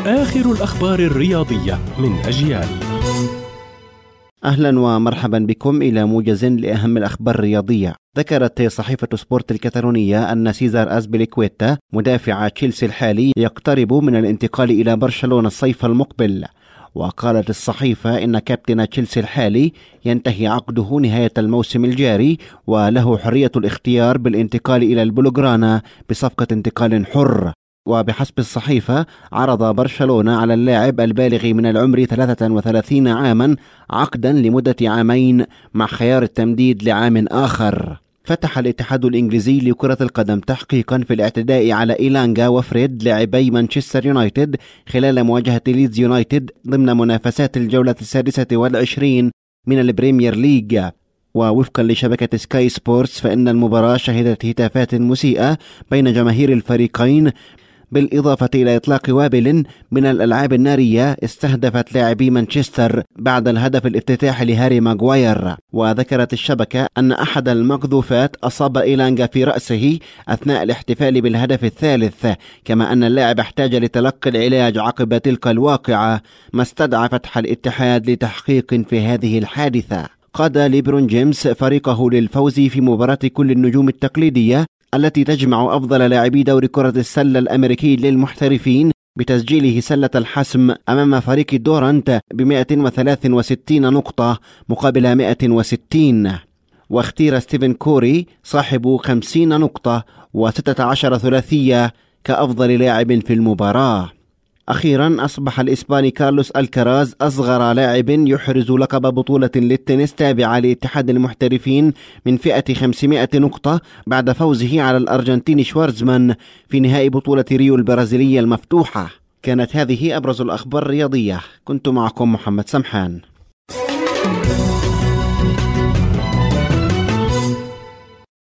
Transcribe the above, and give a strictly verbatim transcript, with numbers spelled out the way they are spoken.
آخر الأخبار الرياضية من أجيال. أهلا ومرحبا بكم إلى موجز لأهم الأخبار الرياضية. ذكرت صحيفة سبورت الكتالونية أن سيزار أزبيليكويتا مدافع تشيلسي الحالي يقترب من الانتقال إلى برشلونة الصيف المقبل. وقالت الصحيفة إن كابتن تشيلسي الحالي ينتهي عقده نهاية الموسم الجاري وله حرية الاختيار بالانتقال إلى البلوغرانا بصفقة انتقال حر. وبحسب الصحيفة عرض برشلونة على اللاعب البالغ من العمر ثلاثة وثلاثين عاما عقدا لمدة عامين مع خيار التمديد لعام آخر. فتح الاتحاد الإنجليزي لكرة القدم تحقيقا في الاعتداء على إيلانغا وفريد لاعبي مانشستر يونايتد خلال مواجهة ليدز يونايتد ضمن منافسات الجولة السادسة والعشرين من البريمير ليج. ووفقا لشبكة سكاي سبورتس فإن المباراة شهدت هتافات مسيئة بين جماهير الفريقين، بالإضافة إلى إطلاق وابل من الألعاب النارية استهدفت لاعبي مانشستر بعد الهدف الافتتاحي لهاري ماغواير. وذكرت الشبكة أن أحد المقذوفات أصاب إيلانغا في رأسه أثناء الاحتفال بالهدف الثالث، كما أن اللاعب احتاج لتلقي العلاج عقب تلك الواقعة، ما استدعى فتح الاتحاد لتحقيق في هذه الحادثة. قاد ليبرون جيمس فريقه للفوز في مباراة كل النجوم التقليدية التي تجمع أفضل لاعبي دوري كرة السلة الأمريكي للمحترفين بتسجيله سلة الحسم أمام فريق دورانت بمئة وثلاث وستين نقطة مقابل مئة وستين. واختير ستيفن كوري صاحب خمسين نقطة وستة عشر ثلاثية كأفضل لاعب في المباراة. أخيرا أصبح الإسباني كارلوس الكراز أصغر لاعب يحرز لقب بطولة للتنس تابعة لاتحاد المحترفين من فئة خمسمئة نقطة بعد فوزه على الأرجنتيني شوارزمان في نهائي بطولة ريو البرازيلية المفتوحة. كانت هذه أبرز الأخبار الرياضية. كنت معكم محمد سمحان.